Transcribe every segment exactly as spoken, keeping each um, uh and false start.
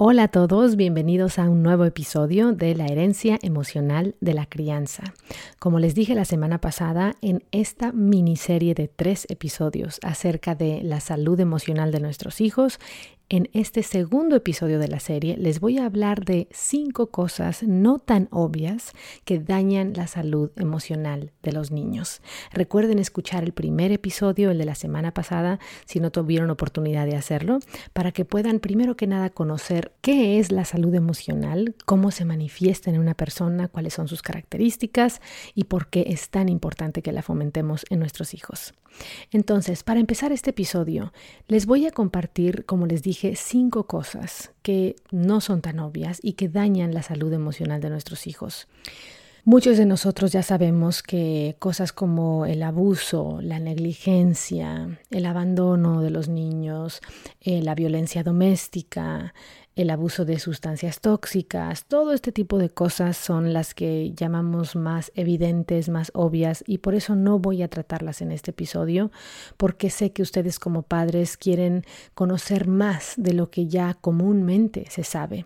Hola a todos, bienvenidos a un nuevo episodio de La herencia emocional de la crianza. Como les dije la semana pasada, en esta miniserie de tres episodios acerca de la salud emocional de nuestros hijos, en este segundo episodio de la serie les voy a hablar de cinco cosas no tan obvias que dañan la salud emocional de los niños. Recuerden escuchar el primer episodio, el de la semana pasada, si no tuvieron oportunidad de hacerlo, para que puedan primero que nada conocer qué es la salud emocional, cómo se manifiesta en una persona, cuáles son sus características y por qué es tan importante que la fomentemos en nuestros hijos. Entonces, para empezar este episodio, les voy a compartir, como les dije, cinco cosas que no son tan obvias y que dañan la salud emocional de nuestros hijos. Muchos de nosotros ya sabemos que cosas como el abuso, la negligencia, el abandono de los niños, eh, la violencia doméstica, el abuso de sustancias tóxicas, todo este tipo de cosas son las que llamamos más evidentes, más obvias, y por eso no voy a tratarlas en este episodio, porque sé que ustedes como padres quieren conocer más de lo que ya comúnmente se sabe.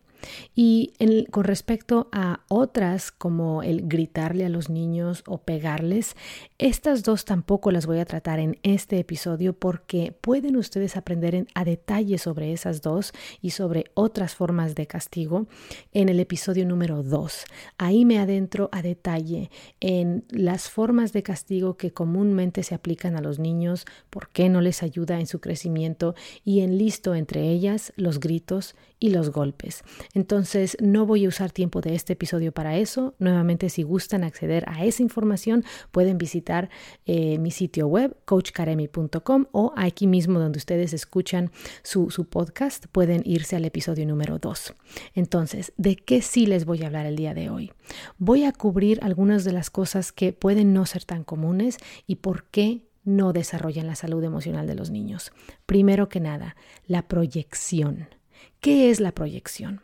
Y en, con respecto a otras como el gritarle a los niños o pegarles, estas dos tampoco las voy a tratar en este episodio porque pueden ustedes aprender en, a detalle sobre esas dos y sobre otras formas de castigo en el episodio número dos. Ahí me adentro a detalle en las formas de castigo que comúnmente se aplican a los niños, por qué no les ayuda en su crecimiento y enlisto entre ellas los gritos y los golpes. Entonces no voy a usar tiempo de este episodio para eso. Nuevamente, si gustan acceder a esa información, pueden visitar eh, mi sitio web, coach karemi punto com, o aquí mismo donde ustedes escuchan su, su podcast, pueden irse al episodio número dos. Entonces, ¿de qué sí les voy a hablar el día de hoy? Voy a cubrir algunas de las cosas que pueden no ser tan comunes y por qué no desarrollan la salud emocional de los niños. Primero que nada, la proyección. ¿Qué es la proyección?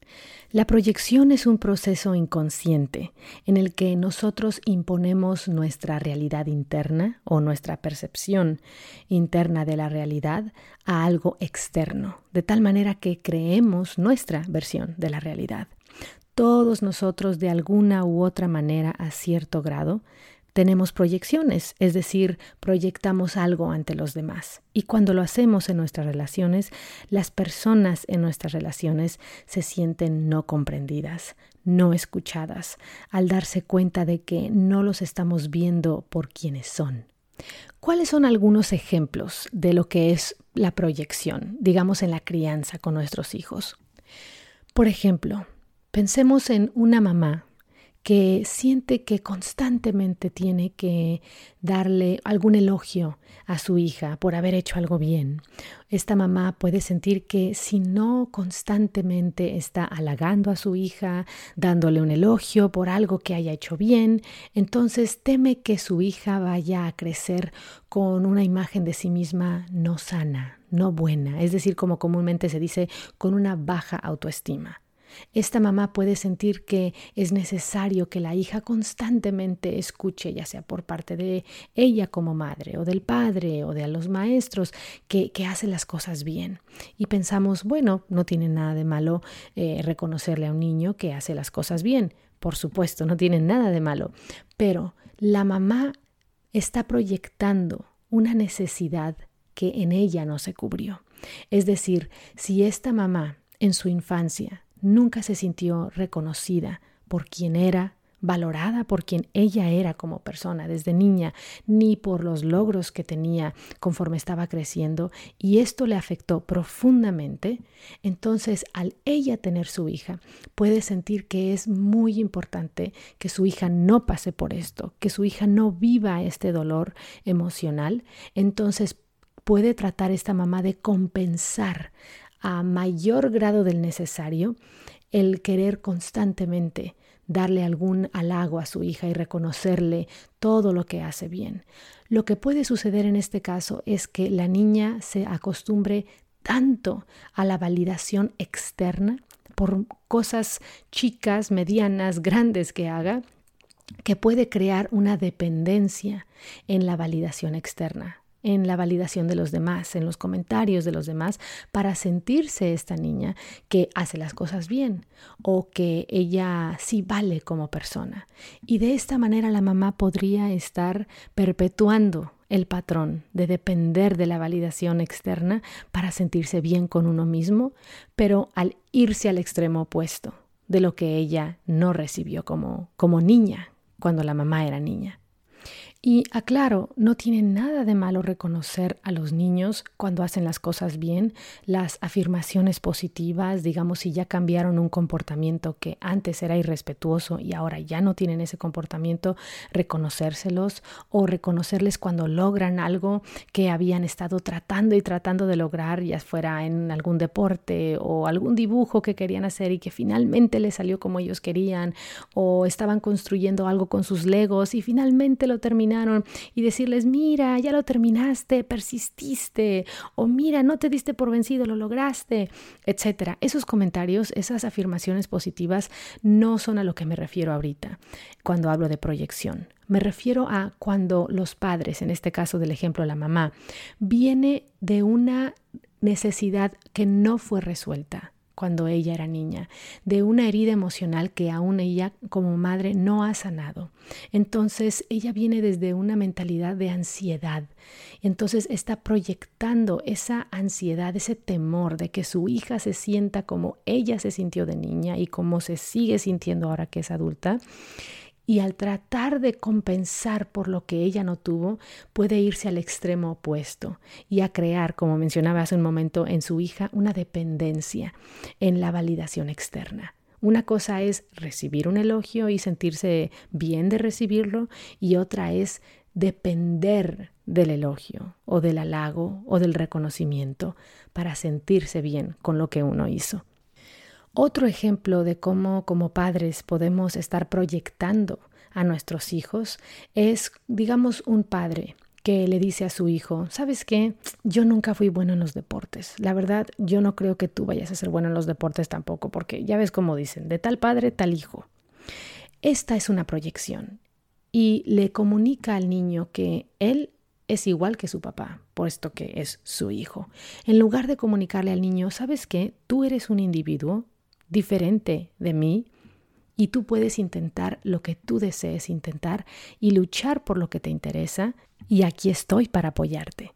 La proyección es un proceso inconsciente en el que nosotros imponemos nuestra realidad interna o nuestra percepción interna de la realidad a algo externo, de tal manera que creemos nuestra versión de la realidad. Todos nosotros de alguna u otra manera a cierto grado tenemos proyecciones, es decir, proyectamos algo ante los demás. Y cuando lo hacemos en nuestras relaciones, las personas en nuestras relaciones se sienten no comprendidas, no escuchadas, al darse cuenta de que no los estamos viendo por quienes son. ¿Cuáles son algunos ejemplos de lo que es la proyección, digamos en la crianza con nuestros hijos? Por ejemplo, pensemos en una mamá que siente que constantemente tiene que darle algún elogio a su hija por haber hecho algo bien. Esta mamá puede sentir que si no constantemente está halagando a su hija, dándole un elogio por algo que haya hecho bien, entonces teme que su hija vaya a crecer con una imagen de sí misma no sana, no buena, es decir, como comúnmente se dice, con una baja autoestima. Esta mamá puede sentir que es necesario que la hija constantemente escuche, ya sea por parte de ella como madre o del padre o de los maestros, que, que hace las cosas bien. Y pensamos, bueno, no tiene nada de malo eh, reconocerle a un niño que hace las cosas bien. Por supuesto, no tiene nada de malo. Pero la mamá está proyectando una necesidad que en ella no se cubrió. Es decir, si esta mamá en su infancia nunca se sintió reconocida por quien era, valorada por quien ella era como persona desde niña, ni por los logros que tenía conforme estaba creciendo, y esto le afectó profundamente, entonces al ella tener su hija, puede sentir que es muy importante que su hija no pase por esto, que su hija no viva este dolor emocional. Entonces puede tratar esta mamá de compensar a mayor grado del necesario el querer constantemente darle algún halago a su hija y reconocerle todo lo que hace bien. Lo que puede suceder en este caso es que la niña se acostumbre tanto a la validación externa por cosas chicas, medianas, grandes que haga, que puede crear una dependencia en la validación externa. en la validación de los demás, en los comentarios de los demás, para sentirse esta niña que hace las cosas bien o que ella sí vale como persona. Y de esta manera la mamá podría estar perpetuando el patrón de depender de la validación externa para sentirse bien con uno mismo, pero al irse al extremo opuesto de lo que ella no recibió como, como niña, cuando la mamá era niña. Y aclaro, no tiene nada de malo reconocer a los niños cuando hacen las cosas bien, las afirmaciones positivas, digamos, si ya cambiaron un comportamiento que antes era irrespetuoso y ahora ya no tienen ese comportamiento, reconocérselos o reconocerles cuando logran algo que habían estado tratando y tratando de lograr, ya fuera en algún deporte o algún dibujo que querían hacer y que finalmente les salió como ellos querían, o estaban construyendo algo con sus legos y finalmente lo terminaron. Y decirles, mira, ya lo terminaste, persististe, o mira, no te diste por vencido, lo lograste, etcétera. Esos comentarios, esas afirmaciones positivas no son a lo que me refiero ahorita cuando hablo de proyección. Me refiero a cuando los padres, en este caso del ejemplo la mamá, viene de una necesidad que no fue resuelta cuando ella era niña, de una herida emocional que aún ella como madre no ha sanado. Entonces ella viene desde una mentalidad de ansiedad. Entonces está proyectando esa ansiedad, ese temor de que su hija se sienta como ella se sintió de niña y como se sigue sintiendo ahora que es adulta. Y al tratar de compensar por lo que ella no tuvo, puede irse al extremo opuesto y a crear, como mencionaba hace un momento, en su hija una dependencia en la validación externa. Una cosa es recibir un elogio y sentirse bien de recibirlo, y otra es depender del elogio o del halago o del reconocimiento para sentirse bien con lo que uno hizo. Otro ejemplo de cómo como padres podemos estar proyectando a nuestros hijos es, digamos, un padre que le dice a su hijo, ¿sabes qué? Yo nunca fui bueno en los deportes. La verdad, yo no creo que tú vayas a ser bueno en los deportes tampoco, porque ya ves cómo dicen, de tal padre, tal hijo. Esta es una proyección y le comunica al niño que él es igual que su papá, puesto que es su hijo. En lugar de comunicarle al niño, ¿sabes qué? Tú eres un individuo diferente de mí y tú puedes intentar lo que tú desees intentar y luchar por lo que te interesa, y aquí estoy para apoyarte.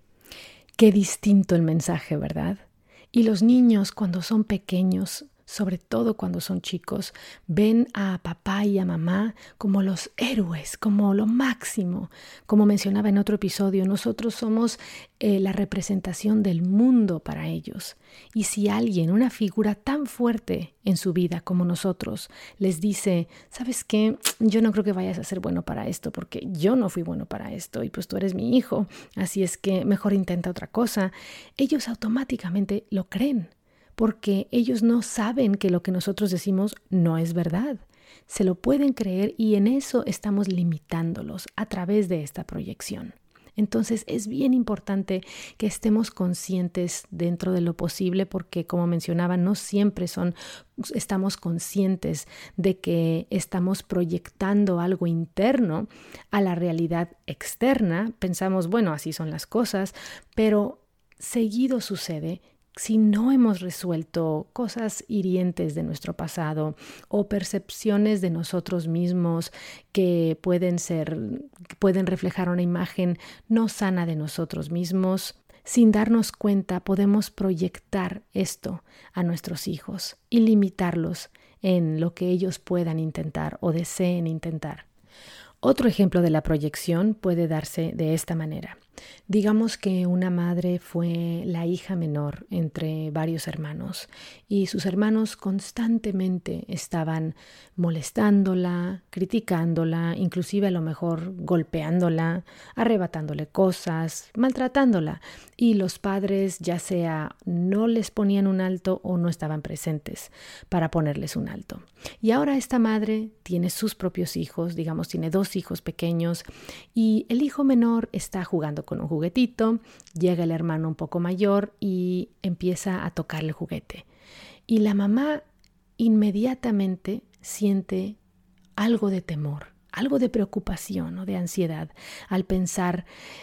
Qué distinto el mensaje, ¿verdad? Y los niños cuando son pequeños, sobre todo cuando son chicos, ven a papá y a mamá como los héroes, como lo máximo. Como mencionaba en otro episodio, nosotros somos eh, la representación del mundo para ellos. Y si alguien, una figura tan fuerte en su vida como nosotros, les dice, ¿sabes qué? Yo no creo que vayas a ser bueno para esto, porque yo no fui bueno para esto, y pues tú eres mi hijo, así es que mejor intenta otra cosa. Ellos automáticamente lo creen, porque ellos no saben que lo que nosotros decimos no es verdad. Se lo pueden creer y en eso estamos limitándolos a través de esta proyección. Entonces es bien importante que estemos conscientes dentro de lo posible, porque como mencionaba, no siempre son, estamos conscientes de que estamos proyectando algo interno a la realidad externa. Pensamos, bueno, así son las cosas, pero seguido sucede si no hemos resuelto cosas hirientes de nuestro pasado o percepciones de nosotros mismos que pueden ser, pueden reflejar una imagen no sana de nosotros mismos, sin darnos cuenta podemos proyectar esto a nuestros hijos y limitarlos en lo que ellos puedan intentar o deseen intentar. Otro ejemplo de la proyección puede darse de esta manera. Digamos que una madre fue la hija menor entre varios hermanos y sus hermanos constantemente estaban molestándola, criticándola, inclusive a lo mejor golpeándola, arrebatándole cosas, maltratándola, y los padres ya sea no les ponían un alto o no estaban presentes para ponerles un alto. Y ahora esta madre tiene sus propios hijos, digamos tiene dos hijos pequeños, y el hijo menor está jugando con un juguetito, llega el hermano un poco mayor y empieza a tocarle el juguete. Y la mamá inmediatamente siente algo de temor, algo de preocupación o de ansiedad al pensar,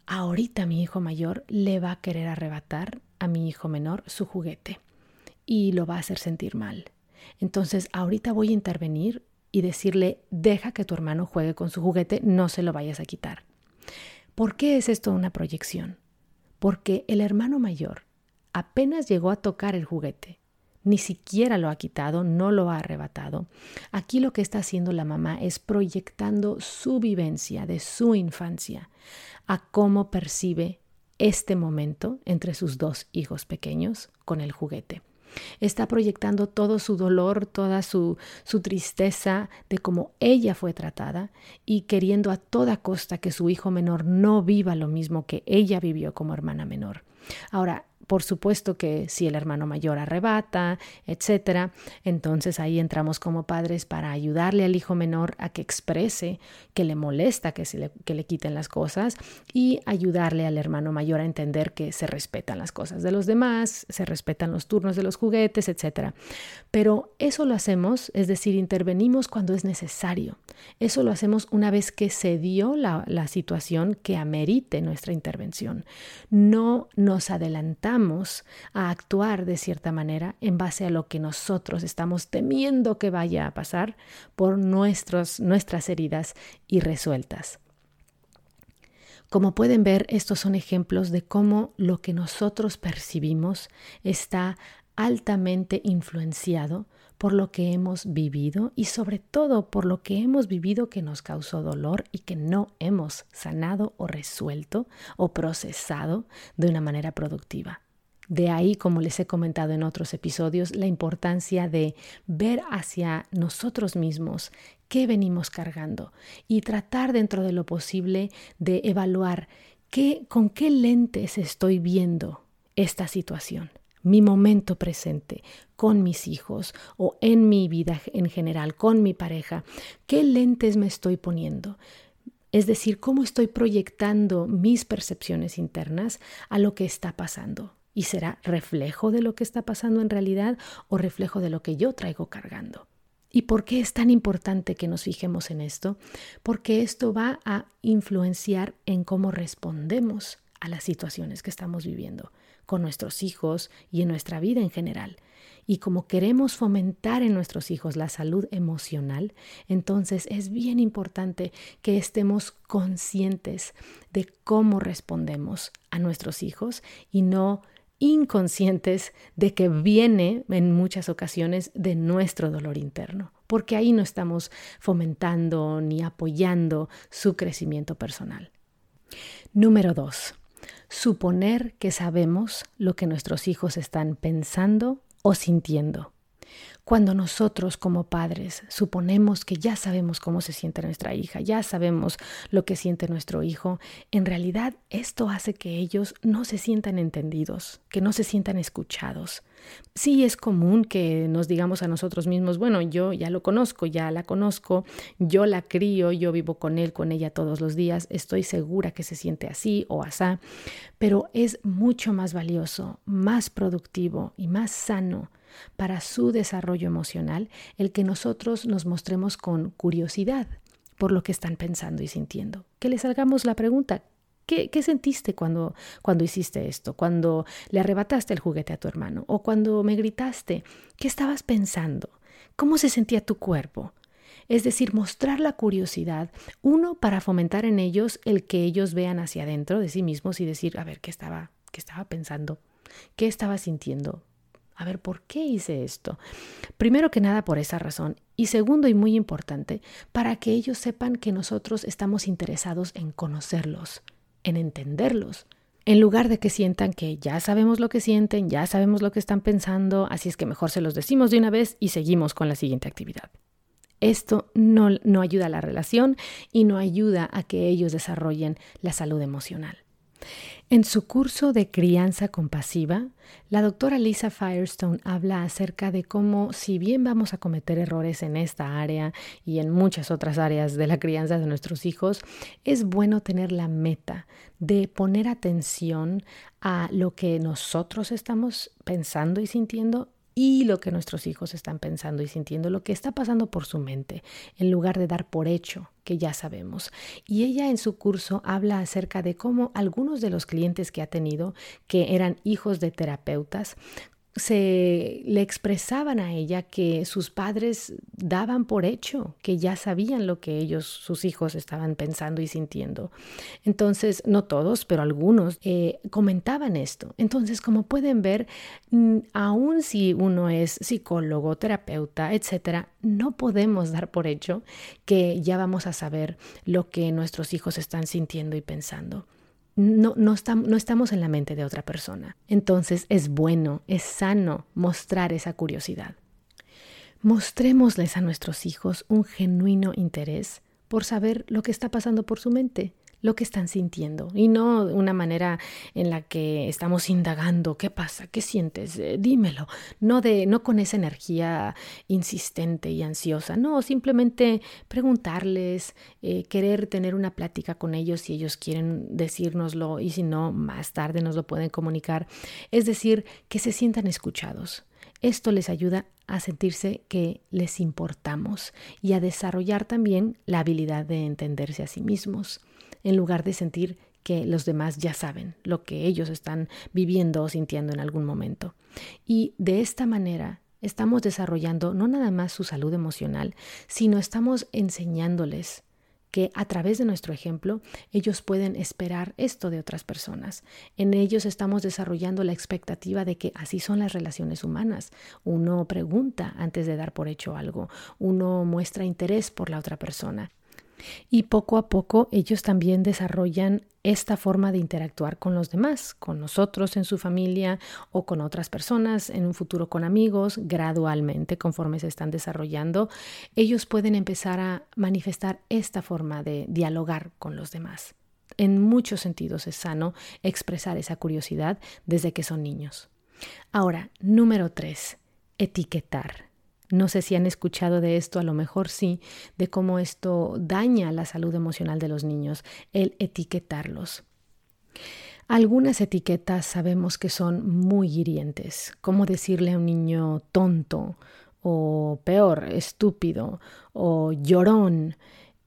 ahorita mi hijo mayor le va a querer arrebatar a mi hijo menor su juguete y lo va a hacer sentir mal. Entonces ahorita voy a intervenir y decirle, deja que tu hermano juegue con su juguete, no se lo vayas a quitar. ¿Por qué es esto una proyección? Porque el hermano mayor apenas llegó a tocar el juguete, ni siquiera lo ha quitado, no lo ha arrebatado. Aquí lo que está haciendo la mamá es proyectando su vivencia de su infancia a cómo percibe este momento entre sus dos hijos pequeños con el juguete. Está proyectando todo su dolor, toda su, su tristeza de cómo ella fue tratada y queriendo a toda costa que su hijo menor no viva lo mismo que ella vivió como hermana menor. Ahora, por supuesto que si el hermano mayor arrebata, etcétera, entonces ahí entramos como padres para ayudarle al hijo menor a que exprese que le molesta que, se le, que le quiten las cosas y ayudarle al hermano mayor a entender que se respetan las cosas de los demás, se respetan los turnos de los juguetes, etcétera. Pero eso lo hacemos, es decir, intervenimos cuando es necesario. Eso lo hacemos una vez que se dio la, la situación que amerite nuestra intervención. No nos adelantamos a actuar de cierta manera en base a lo que nosotros estamos temiendo que vaya a pasar por nuestros, nuestras heridas irresueltas. Como pueden ver, estos son ejemplos de cómo lo que nosotros percibimos está altamente influenciado por lo que hemos vivido y sobre todo por lo que hemos vivido que nos causó dolor y que no hemos sanado o resuelto o procesado de una manera productiva. De ahí, como les he comentado en otros episodios, la importancia de ver hacia nosotros mismos qué venimos cargando y tratar dentro de lo posible de evaluar qué, con qué lentes estoy viendo esta situación, mi momento presente con mis hijos o en mi vida en general, con mi pareja, qué lentes me estoy poniendo. Es decir, cómo estoy proyectando mis percepciones internas a lo que está pasando. ¿Y será reflejo de lo que está pasando en realidad o reflejo de lo que yo traigo cargando? ¿Y por qué es tan importante que nos fijemos en esto? Porque esto va a influenciar en cómo respondemos a las situaciones que estamos viviendo con nuestros hijos y en nuestra vida en general. Y como queremos fomentar en nuestros hijos la salud emocional, entonces es bien importante que estemos conscientes de cómo respondemos a nuestros hijos y no inconscientes de que viene en muchas ocasiones de nuestro dolor interno, porque ahí no estamos fomentando ni apoyando su crecimiento personal. Número dos, suponer que sabemos lo que nuestros hijos están pensando o sintiendo. Cuando nosotros como padres suponemos que ya sabemos cómo se siente nuestra hija, ya sabemos lo que siente nuestro hijo, en realidad esto hace que ellos no se sientan entendidos, que no se sientan escuchados. Sí es común que nos digamos a nosotros mismos, bueno, yo ya lo conozco, ya la conozco, yo la crío, yo vivo con él, con ella todos los días, estoy segura que se siente así o asá, pero es mucho más valioso, más productivo y más sano para su desarrollo emocional el que nosotros nos mostremos con curiosidad por lo que están pensando y sintiendo. Que les hagamos la pregunta, ¿qué, qué sentiste cuando, cuando hiciste esto? Cuando le arrebataste el juguete a tu hermano o cuando me gritaste, ¿qué estabas pensando? ¿Cómo se sentía tu cuerpo? Es decir, mostrar la curiosidad, uno, para fomentar en ellos el que ellos vean hacia adentro de sí mismos y decir, a ver, ¿qué estaba, qué estaba pensando? ¿Qué estaba sintiendo? A ver, ¿por qué hice esto? Primero que nada por esa razón. Y segundo y muy importante, para que ellos sepan que nosotros estamos interesados en conocerlos, en entenderlos, en lugar de que sientan que ya sabemos lo que sienten, ya sabemos lo que están pensando, así es que mejor se los decimos de una vez y seguimos con la siguiente actividad. Esto no, no ayuda a la relación y no ayuda a que ellos desarrollen la salud emocional. En su curso de crianza compasiva, la doctora Lisa Firestone habla acerca de cómo, si bien vamos a cometer errores en esta área y en muchas otras áreas de la crianza de nuestros hijos, es bueno tener la meta de poner atención a lo que nosotros estamos pensando y sintiendo y lo que nuestros hijos están pensando y sintiendo, lo que está pasando por su mente, en lugar de dar por hecho que ya sabemos. Y ella en su curso habla acerca de cómo algunos de los clientes que ha tenido, que eran hijos de terapeutas, se le expresaban a ella que sus padres daban por hecho, que ya sabían lo que ellos, sus hijos, estaban pensando y sintiendo. Entonces, no todos, pero algunos eh, comentaban esto. Entonces, como pueden ver, aun si uno es psicólogo, terapeuta, etcétera, no podemos dar por hecho que ya vamos a saber lo que nuestros hijos están sintiendo y pensando. No, no, estamos, no estamos en la mente de otra persona. Entonces es bueno, es sano mostrar esa curiosidad. Mostrémosles a nuestros hijos un genuino interés por saber lo que está pasando por su mente, lo que están sintiendo, y no de una manera en la que estamos indagando qué pasa, qué sientes, eh, dímelo, no, de, no con esa energía insistente y ansiosa, no, simplemente preguntarles, eh, querer tener una plática con ellos si ellos quieren decírnoslo y si no, más tarde nos lo pueden comunicar, es decir, que se sientan escuchados. Esto les ayuda a sentirse que les importamos y a desarrollar también la habilidad de entenderse a sí mismos, en lugar de sentir que los demás ya saben lo que ellos están viviendo o sintiendo en algún momento. Y de esta manera estamos desarrollando no nada más su salud emocional, sino estamos enseñándoles que a través de nuestro ejemplo ellos pueden esperar esto de otras personas. En ellos estamos desarrollando la expectativa de que así son las relaciones humanas. Uno pregunta antes de dar por hecho algo, uno muestra interés por la otra persona. Y poco a poco ellos también desarrollan esta forma de interactuar con los demás, con nosotros en su familia o con otras personas, en un futuro con amigos. Gradualmente, conforme se están desarrollando, ellos pueden empezar a manifestar esta forma de dialogar con los demás. En muchos sentidos es sano expresar esa curiosidad desde que son niños. Ahora, número tres, etiquetar. No sé si han escuchado de esto, a lo mejor sí, de cómo esto daña la salud emocional de los niños, el etiquetarlos. Algunas etiquetas sabemos que son muy hirientes, como decirle a un niño tonto, o peor, estúpido, o llorón,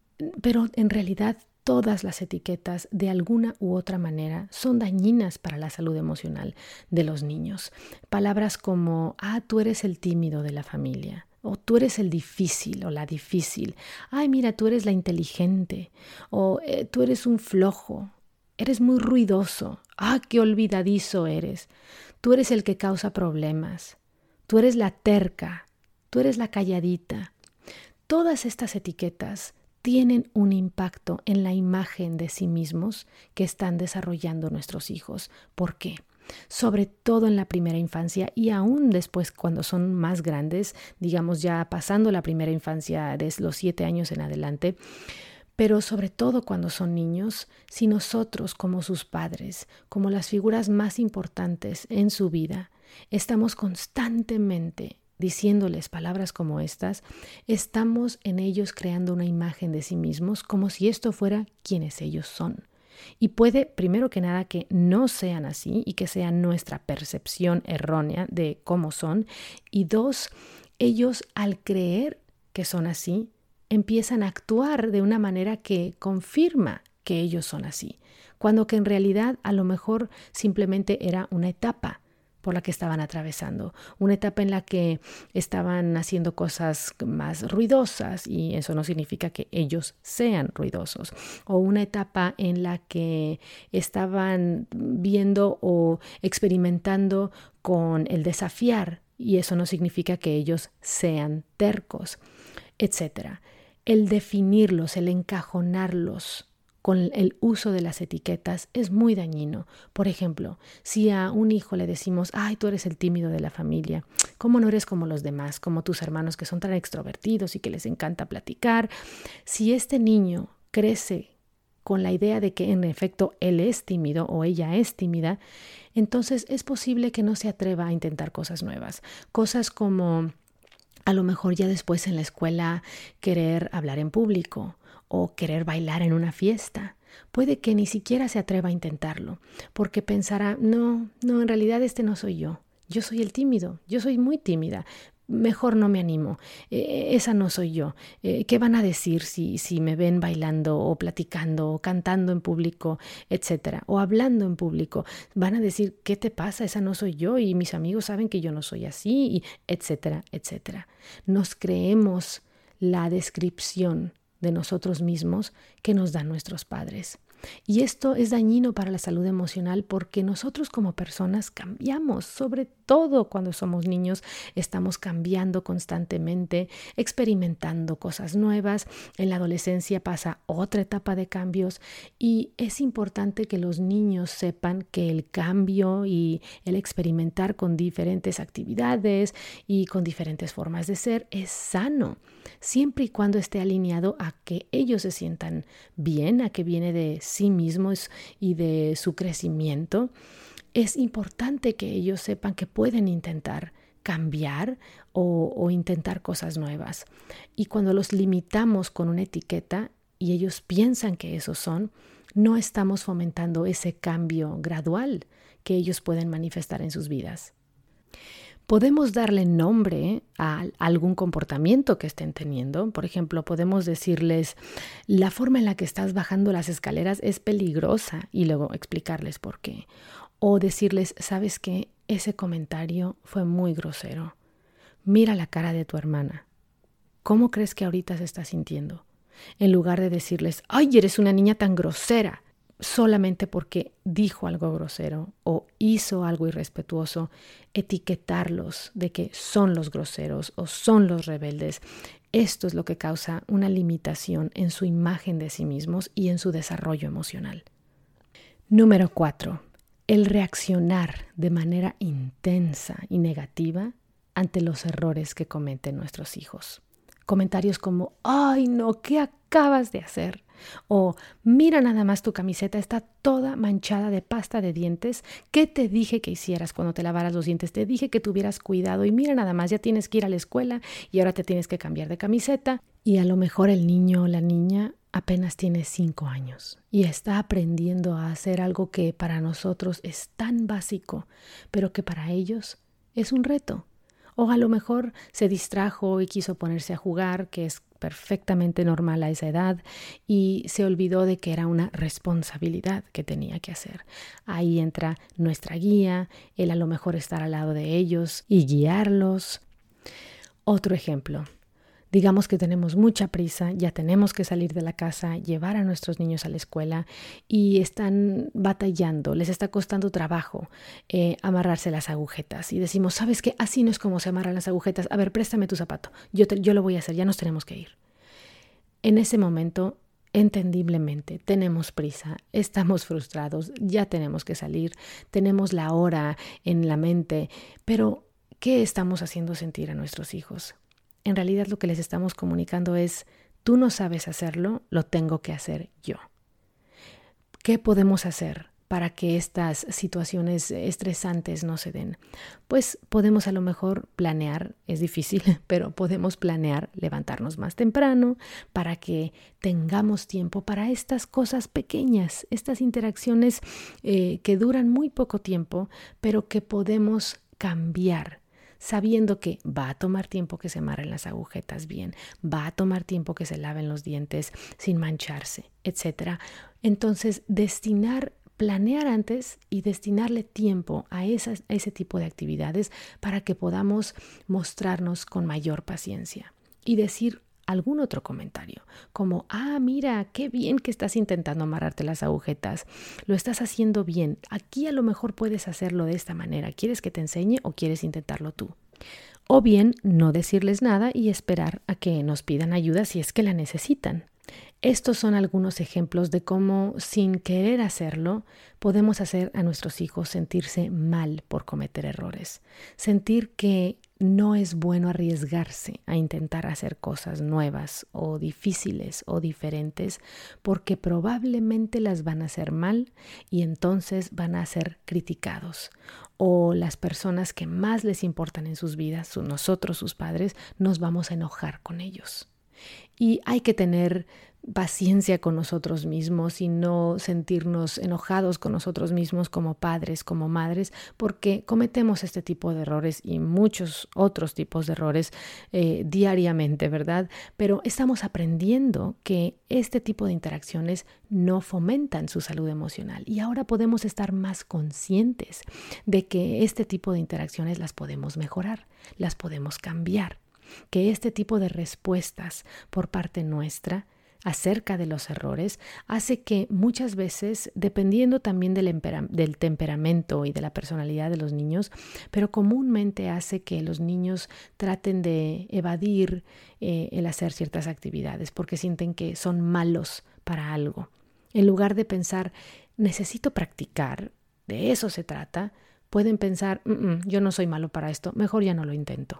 pero en realidad todas las etiquetas, de alguna u otra manera, son dañinas para la salud emocional de los niños. Palabras como, ah, tú eres el tímido de la familia, o tú eres el difícil o la difícil. Ay, mira, tú eres la inteligente, o eh, tú eres un flojo, eres muy ruidoso. Ah, qué olvidadizo eres. Tú eres el que causa problemas. Tú eres la terca, tú eres la calladita. Todas estas etiquetas tienen un impacto en la imagen de sí mismos que están desarrollando nuestros hijos. ¿Por qué? Sobre todo en la primera infancia y aún después cuando son más grandes, digamos ya pasando la primera infancia desde los siete años en adelante, pero sobre todo cuando son niños, si nosotros como sus padres, como las figuras más importantes en su vida, estamos constantemente diciéndoles palabras como estas, estamos en ellos creando una imagen de sí mismos como si esto fuera quienes ellos son. Y puede, primero que nada, que no sean así y que sea nuestra percepción errónea de cómo son. Y dos, ellos al creer que son así, empiezan a actuar de una manera que confirma que ellos son así, cuando que en realidad a lo mejor simplemente era una etapa por la que estaban atravesando, una etapa en la que estaban haciendo cosas más ruidosas y eso no significa que ellos sean ruidosos, o una etapa en la que estaban viendo o experimentando con el desafiar y eso no significa que ellos sean tercos, etcétera. El definirlos, el encajonarlos con el uso de las etiquetas es muy dañino. Por ejemplo, si a un hijo le decimos, ay, tú eres el tímido de la familia, ¿cómo no eres como los demás, como tus hermanos que son tan extrovertidos y que les encanta platicar? Si este niño crece con la idea de que en efecto él es tímido o ella es tímida, entonces es posible que no se atreva a intentar cosas nuevas. Cosas como a lo mejor ya después en la escuela querer hablar en público o querer bailar en una fiesta. Puede que ni siquiera se atreva a intentarlo, porque pensará, no, no, en realidad este no soy yo. Yo soy el tímido, yo soy muy tímida. Mejor no me animo, eh, esa no soy yo. Eh, ¿Qué van a decir si, si me ven bailando o platicando o cantando en público, etcétera? O hablando en público. Van a decir, ¿qué te pasa? Esa no soy yo y mis amigos saben que yo no soy así, y etcétera, etcétera. Nos creemos la descripción de nosotros mismos que nos dan nuestros padres. Y esto es dañino para la salud emocional porque nosotros como personas cambiamos, sobre todo cuando somos niños, estamos cambiando constantemente, experimentando cosas nuevas. En la adolescencia pasa otra etapa de cambios y es importante que los niños sepan que el cambio y el experimentar con diferentes actividades y con diferentes formas de ser es sano, siempre y cuando esté alineado a que ellos se sientan bien, a que viene de sí mismos y de su crecimiento. Es importante que ellos sepan que pueden intentar cambiar o, o intentar cosas nuevas. Y cuando los limitamos con una etiqueta y ellos piensan que esos son, no estamos fomentando ese cambio gradual que ellos pueden manifestar en sus vidas. Podemos darle nombre a algún comportamiento que estén teniendo. Por ejemplo, podemos decirles, la forma en la que estás bajando las escaleras es peligrosa y luego explicarles por qué. O decirles, ¿sabes qué? Ese comentario fue muy grosero. Mira la cara de tu hermana. ¿Cómo crees que ahorita se está sintiendo? En lugar de decirles, ¡ay, eres una niña tan grosera! Solamente porque dijo algo grosero o hizo algo irrespetuoso, etiquetarlos de que son los groseros o son los rebeldes. Esto es lo que causa una limitación en su imagen de sí mismos y en su desarrollo emocional. Número cuatro. El reaccionar de manera intensa y negativa ante los errores que cometen nuestros hijos. Comentarios como, ¡ay no! ¿Qué acabas de hacer? O mira nada más, tu camiseta está toda manchada de pasta de dientes. ¿Qué te dije que hicieras cuando te lavaras los dientes? Te dije que tuvieras cuidado y mira nada más, ya tienes que ir a la escuela y ahora te tienes que cambiar de camiseta. Y a lo mejor el niño o la niña apenas tiene cinco años y está aprendiendo a hacer algo que para nosotros es tan básico, pero que para ellos es un reto. O a lo mejor se distrajo y quiso ponerse a jugar, que es perfectamente normal a esa edad, y se olvidó de que era una responsabilidad que tenía que hacer. Ahí entra nuestra guía, el a lo mejor estar al lado de ellos y guiarlos. Otro ejemplo. Digamos que tenemos mucha prisa, ya tenemos que salir de la casa, llevar a nuestros niños a la escuela y están batallando, les está costando trabajo eh, amarrarse las agujetas. Y decimos, ¿sabes qué? Así no es como se amarran las agujetas. A ver, préstame tu zapato, yo, te, yo lo voy a hacer, ya nos tenemos que ir. En ese momento, entendiblemente, tenemos prisa, estamos frustrados, ya tenemos que salir, tenemos la hora en la mente, pero ¿qué estamos haciendo sentir a nuestros hijos? En realidad lo que les estamos comunicando es, tú no sabes hacerlo, lo tengo que hacer yo. ¿Qué podemos hacer para que estas situaciones estresantes no se den? Pues podemos a lo mejor planear, es difícil, pero podemos planear levantarnos más temprano para que tengamos tiempo para estas cosas pequeñas, estas interacciones eh, que duran muy poco tiempo, pero que podemos cambiar, sabiendo que va a tomar tiempo que se amarren las agujetas bien, va a tomar tiempo que se laven los dientes sin mancharse, etcétera. Entonces, destinar, planear antes y destinarle tiempo a, esas, a ese tipo de actividades para que podamos mostrarnos con mayor paciencia y decir algún otro comentario, como, ah, mira, qué bien que estás intentando amarrarte las agujetas, lo estás haciendo bien, aquí a lo mejor puedes hacerlo de esta manera, ¿quieres que te enseñe o quieres intentarlo tú? O bien, no decirles nada y esperar a que nos pidan ayuda si es que la necesitan. Estos son algunos ejemplos de cómo, sin querer hacerlo, podemos hacer a nuestros hijos sentirse mal por cometer errores, sentir que no es bueno arriesgarse a intentar hacer cosas nuevas o difíciles o diferentes porque probablemente las van a hacer mal y entonces van a ser criticados. O las personas que más les importan en sus vidas, nosotros, sus padres, nos vamos a enojar con ellos. Y hay que tener paciencia con nosotros mismos y no sentirnos enojados con nosotros mismos como padres, como madres, porque cometemos este tipo de errores y muchos otros tipos de errores eh, diariamente, ¿verdad? Pero estamos aprendiendo que este tipo de interacciones no fomentan su salud emocional y ahora podemos estar más conscientes de que este tipo de interacciones las podemos mejorar, las podemos cambiar, que este tipo de respuestas por parte nuestra acerca de los errores hace que muchas veces, dependiendo también del, empera- del temperamento y de la personalidad de los niños, pero comúnmente hace que los niños traten de evadir eh, el hacer ciertas actividades porque sienten que son malos para algo. En lugar de pensar, necesito practicar, de eso se trata, pueden pensar, mm, mm, yo no soy malo para esto, mejor ya no lo intento.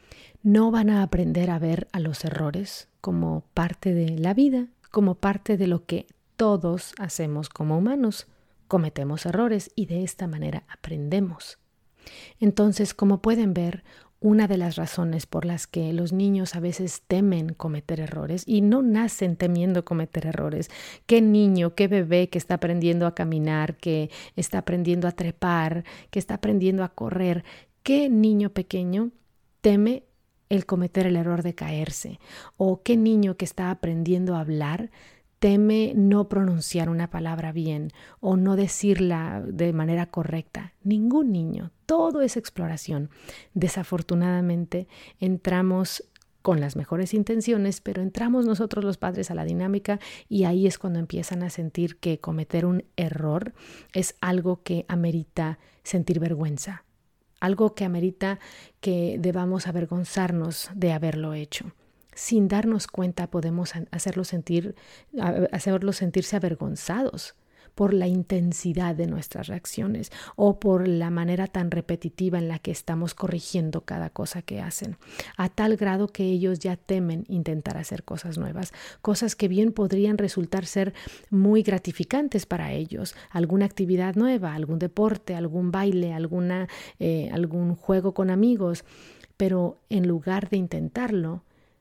No van a aprender a ver a los errores como parte de la vida, como parte de lo que todos hacemos como humanos. Cometemos errores y de esta manera aprendemos. Entonces, como pueden ver, una de las razones por las que los niños a veces temen cometer errores y no nacen temiendo cometer errores. ¿Qué niño, qué bebé que está aprendiendo a caminar, que está aprendiendo a trepar, que está aprendiendo a correr? ¿Qué niño pequeño teme el cometer el error de caerse? ¿O qué niño que está aprendiendo a hablar teme no pronunciar una palabra bien o no decirla de manera correcta? Ningún niño. Todo es exploración. Desafortunadamente entramos con las mejores intenciones, pero entramos nosotros los padres a la dinámica y ahí es cuando empiezan a sentir que cometer un error es algo que amerita sentir vergüenza. Algo que amerita que debamos avergonzarnos de haberlo hecho. Sin darnos cuenta podemos hacerlos sentir, hacerlos sentirse avergonzados por la intensidad de nuestras reacciones o por la manera tan repetitiva en la que estamos corrigiendo cada cosa que hacen, a tal grado que ellos ya temen intentar hacer cosas nuevas, cosas que bien podrían resultar ser muy gratificantes para ellos, alguna actividad nueva, algún deporte, algún baile, alguna, eh, algún juego con amigos, pero en lugar de intentarlo,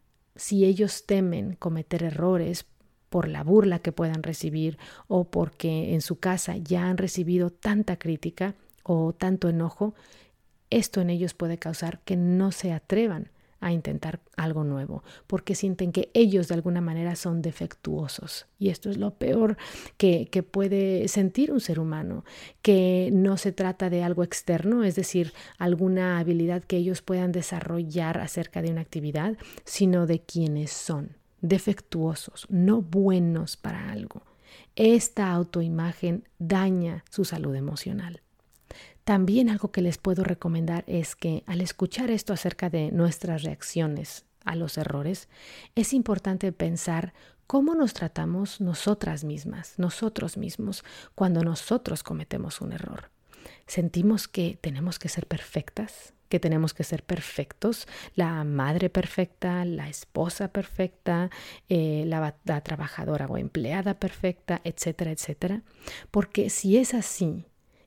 si ellos temen cometer errores por la burla que puedan recibir o porque en su casa ya han recibido tanta crítica o tanto enojo, esto en ellos puede causar que no se atrevan a intentar algo nuevo, porque sienten que ellos de alguna manera son defectuosos. Y esto es lo peor que, que puede sentir un ser humano, que no se trata de algo externo, es decir, alguna habilidad que ellos puedan desarrollar acerca de una actividad, sino de quienes son, defectuosos, no buenos para algo. Esta autoimagen daña su salud emocional. También algo que les puedo recomendar es que al escuchar esto acerca de nuestras reacciones a los errores, es importante pensar cómo nos tratamos nosotras mismas, nosotros mismos, cuando nosotros cometemos un error. ¿Sentimos que tenemos que ser perfectas? ¿Que tenemos que ser perfectos? La madre perfecta, la esposa perfecta, eh, la, la trabajadora o empleada perfecta, etcétera, etcétera. Porque si es así,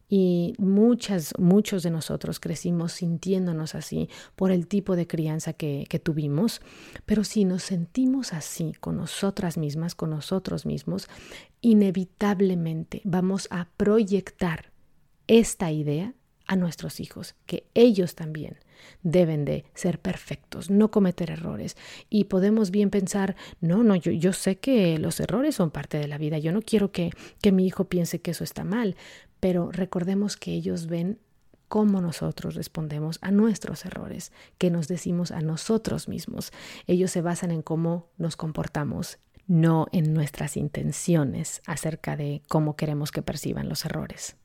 y muchas, muchos de nosotros crecimos sintiéndonos así por el tipo de crianza que, que tuvimos, pero si nos sentimos así con nosotras mismas, con nosotros mismos, inevitablemente vamos a proyectar esta idea a nuestros hijos, que ellos también deben de ser perfectos, no cometer errores. Y podemos bien pensar, no, no, yo, yo sé que los errores son parte de la vida, yo no quiero que, que mi hijo piense que eso está mal, pero recordemos que ellos ven cómo nosotros respondemos a nuestros errores, que nos decimos a nosotros mismos. Ellos se basan en cómo nos comportamos, no en nuestras intenciones acerca de cómo queremos que perciban los errores.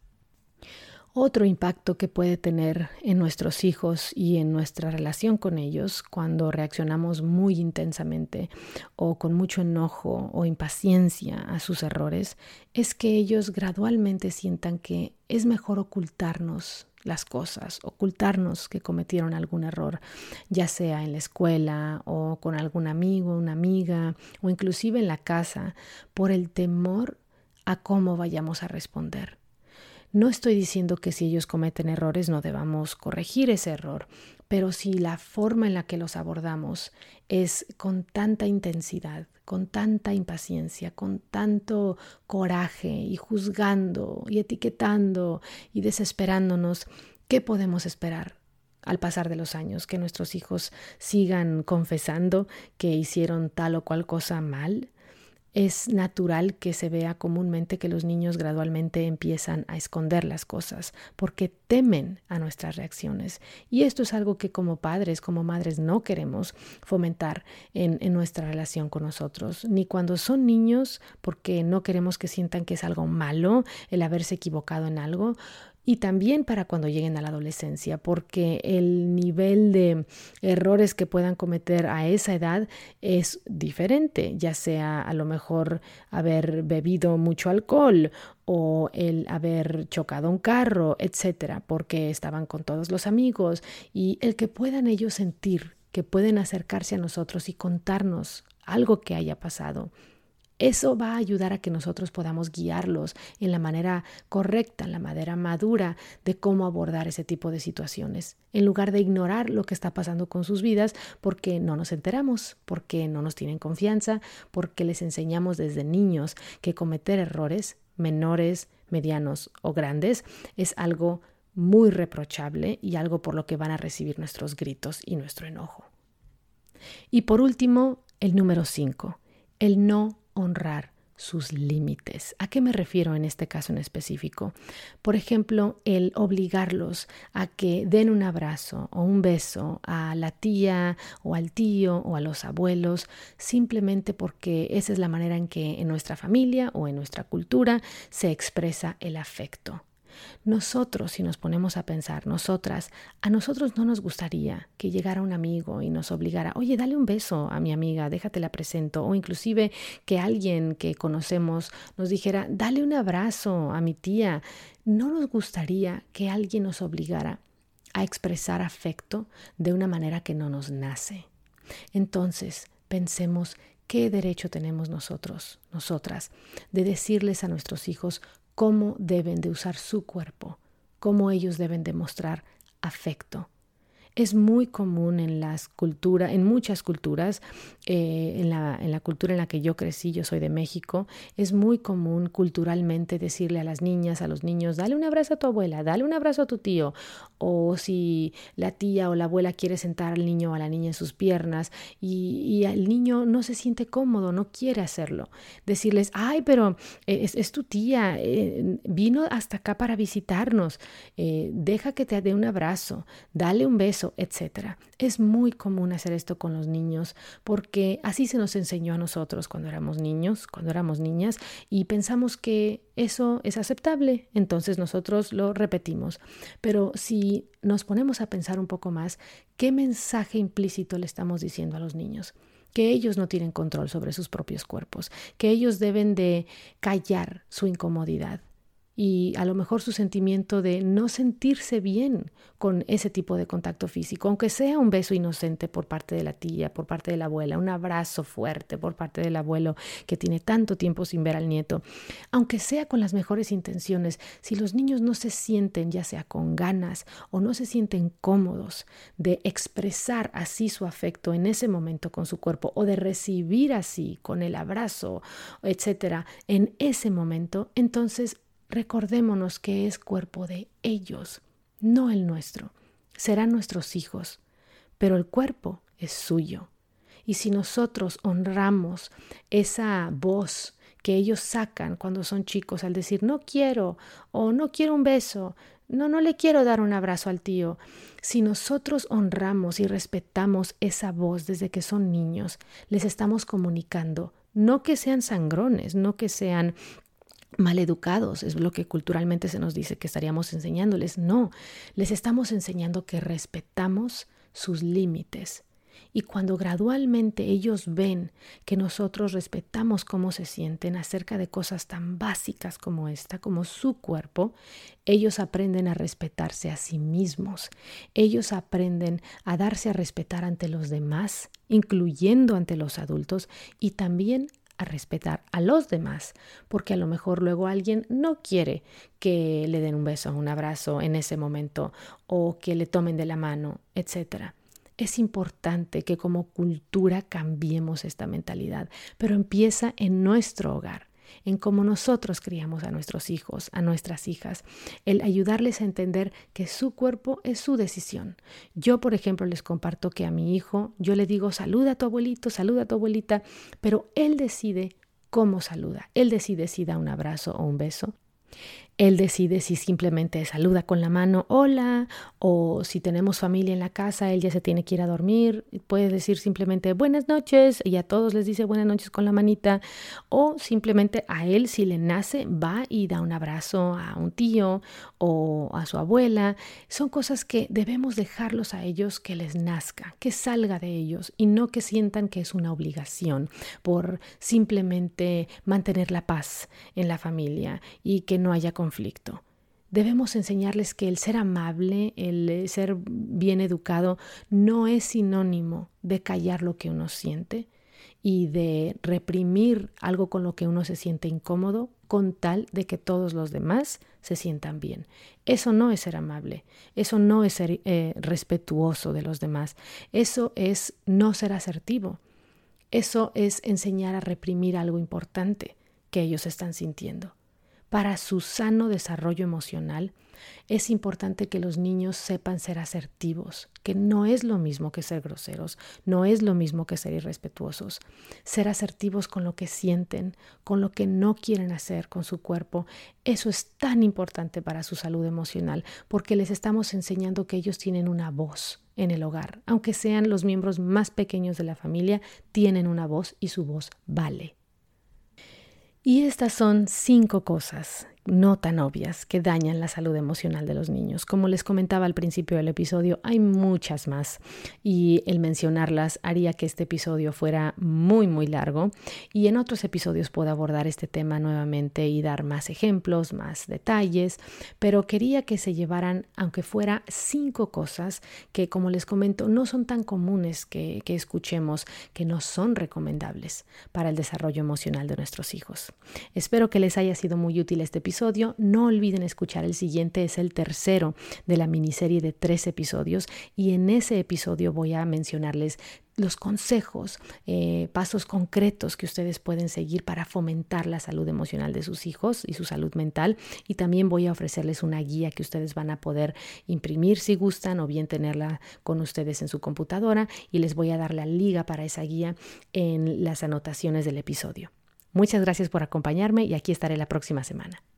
Otro impacto que puede tener en nuestros hijos y en nuestra relación con ellos cuando reaccionamos muy intensamente o con mucho enojo o impaciencia a sus errores es que ellos gradualmente sientan que es mejor ocultarnos las cosas, ocultarnos que cometieron algún error, ya sea en la escuela o con algún amigo, una amiga o inclusive en la casa, por el temor a cómo vayamos a responder. No estoy diciendo que si ellos cometen errores no debamos corregir ese error, pero si la forma en la que los abordamos es con tanta intensidad, con tanta impaciencia, con tanto coraje y juzgando y etiquetando y desesperándonos, ¿qué podemos esperar al pasar de los años? ¿Que nuestros hijos sigan confesando que hicieron tal o cual cosa mal? Es natural que se vea comúnmente que los niños gradualmente empiezan a esconder las cosas porque temen a nuestras reacciones. Y esto es algo que como padres, como madres no queremos fomentar en, en nuestra relación con nosotros, ni cuando son niños, porque no queremos que sientan que es algo malo el haberse equivocado en algo. Y también para cuando lleguen a la adolescencia, porque el nivel de errores que puedan cometer a esa edad es diferente, ya sea a lo mejor haber bebido mucho alcohol o el haber chocado un carro, etcétera, porque estaban con todos los amigos, y el que puedan ellos sentir que pueden acercarse a nosotros y contarnos algo que haya pasado. Eso va a ayudar a que nosotros podamos guiarlos en la manera correcta, en la manera madura de cómo abordar ese tipo de situaciones, en lugar de ignorar lo que está pasando con sus vidas porque no nos enteramos, porque no nos tienen confianza, porque les enseñamos desde niños que cometer errores, menores, medianos o grandes, es algo muy reprochable y algo por lo que van a recibir nuestros gritos y nuestro enojo. Y por último, el número cinco, el no honrar sus límites. ¿A qué me refiero en este caso en específico? Por ejemplo, el obligarlos a que den un abrazo o un beso a la tía o al tío o a los abuelos, simplemente porque esa es la manera en que en nuestra familia o en nuestra cultura se expresa el afecto. Nosotros, si nos ponemos a pensar, nosotras, a nosotros no nos gustaría que llegara un amigo y nos obligara, oye, dale un beso a mi amiga, déjate la presento, o inclusive que alguien que conocemos nos dijera, dale un abrazo a mi tía. No nos gustaría que alguien nos obligara a expresar afecto de una manera que no nos nace. Entonces, pensemos qué derecho tenemos nosotros, nosotras, de decirles a nuestros hijos cómo deben de usar su cuerpo, cómo ellos deben demostrar afecto. Es muy común en las culturas, en muchas culturas, eh, en, la, en la cultura en la que yo crecí, yo soy de México, es muy común culturalmente decirle a las niñas, a los niños, dale un abrazo a tu abuela, dale un abrazo a tu tío, o si la tía o la abuela quiere sentar al niño o a la niña en sus piernas y, y el niño no se siente cómodo, no quiere hacerlo, decirles, ay, pero es, es tu tía, eh, vino hasta acá para visitarnos, eh, deja que te dé un abrazo, dale un beso, etcétera. Es muy común hacer esto con los niños porque así se nos enseñó a nosotros cuando éramos niños, cuando éramos niñas, y pensamos que eso es aceptable, entonces nosotros lo repetimos. Pero si nos ponemos a pensar un poco más, ¿qué mensaje implícito le estamos diciendo a los niños? Que ellos no tienen control sobre sus propios cuerpos, que ellos deben de callar su incomodidad y a lo mejor su sentimiento de no sentirse bien con ese tipo de contacto físico, aunque sea un beso inocente por parte de la tía, por parte de la abuela, un abrazo fuerte por parte del abuelo que tiene tanto tiempo sin ver al nieto, aunque sea con las mejores intenciones, si los niños no se sienten ya sea con ganas o no se sienten cómodos de expresar así su afecto en ese momento con su cuerpo o de recibir así con el abrazo, etcétera, en ese momento, entonces recordémonos que es cuerpo de ellos, no el nuestro. Serán nuestros hijos, pero el cuerpo es suyo. Y si nosotros honramos esa voz que ellos sacan cuando son chicos al decir no quiero o no quiero un beso, no, no le quiero dar un abrazo al tío, si nosotros honramos y respetamos esa voz desde que son niños, les estamos comunicando, no que sean sangrones, no que sean maleducados, es lo que culturalmente se nos dice que estaríamos enseñándoles. No, les estamos enseñando que respetamos sus límites. Y cuando gradualmente ellos ven que nosotros respetamos cómo se sienten acerca de cosas tan básicas como esta, como su cuerpo, ellos aprenden a respetarse a sí mismos. Ellos aprenden a darse a respetar ante los demás, incluyendo ante los adultos, y también a respetar a los demás, porque a lo mejor luego alguien no quiere que le den un beso, un abrazo en ese momento o que le tomen de la mano, etcétera. Es importante que como cultura cambiemos esta mentalidad, pero empieza en nuestro hogar, en cómo nosotros criamos a nuestros hijos, a nuestras hijas, el ayudarles a entender que su cuerpo es su decisión. Yo, por ejemplo, les comparto que a mi hijo, yo le digo, saluda a tu abuelito, saluda a tu abuelita, pero él decide cómo saluda, él decide si da un abrazo o un beso. Él decide si simplemente saluda con la mano, hola, o si tenemos familia en la casa, él ya se tiene que ir a dormir, puede decir simplemente buenas noches y a todos les dice buenas noches con la manita, o simplemente a él si le nace va y da un abrazo a un tío o a su abuela. Son cosas que debemos dejarlos a ellos que les nazca, que salga de ellos y no que sientan que es una obligación por simplemente mantener la paz en la familia y que no haya conflicto. conflicto. Debemos enseñarles que el ser amable, el ser bien educado, no es sinónimo de callar lo que uno siente y de reprimir algo con lo que uno se siente incómodo con tal de que todos los demás se sientan bien. Eso no es ser amable, eso no es ser eh, respetuoso de los demás, eso es no ser asertivo, eso es enseñar a reprimir algo importante que ellos están sintiendo. Para su sano desarrollo emocional, es importante que los niños sepan ser asertivos, que no es lo mismo que ser groseros, no es lo mismo que ser irrespetuosos. Ser asertivos con lo que sienten, con lo que no quieren hacer con su cuerpo, eso es tan importante para su salud emocional, porque les estamos enseñando que ellos tienen una voz en el hogar. Aunque sean los miembros más pequeños de la familia, tienen una voz y su voz vale. Y estas son cinco cosas no tan obvias que dañan la salud emocional de los niños. Como les comentaba al principio del episodio, hay muchas más y el mencionarlas haría que este episodio fuera muy muy largo y en otros episodios puedo abordar este tema nuevamente y dar más ejemplos, más detalles, pero quería que se llevaran, aunque fuera cinco cosas que, como les comento, no son tan comunes que, que escuchemos, que no son recomendables para el desarrollo emocional de nuestros hijos. Espero que les haya sido muy útil este episodio. No olviden escuchar el siguiente, es el tercero de la miniserie de tres episodios y en ese episodio voy a mencionarles los consejos, eh, pasos concretos que ustedes pueden seguir para fomentar la salud emocional de sus hijos y su salud mental, y también voy a ofrecerles una guía que ustedes van a poder imprimir si gustan o bien tenerla con ustedes en su computadora, y les voy a dar la liga para esa guía en las anotaciones del episodio. Muchas gracias por acompañarme y aquí estaré la próxima semana.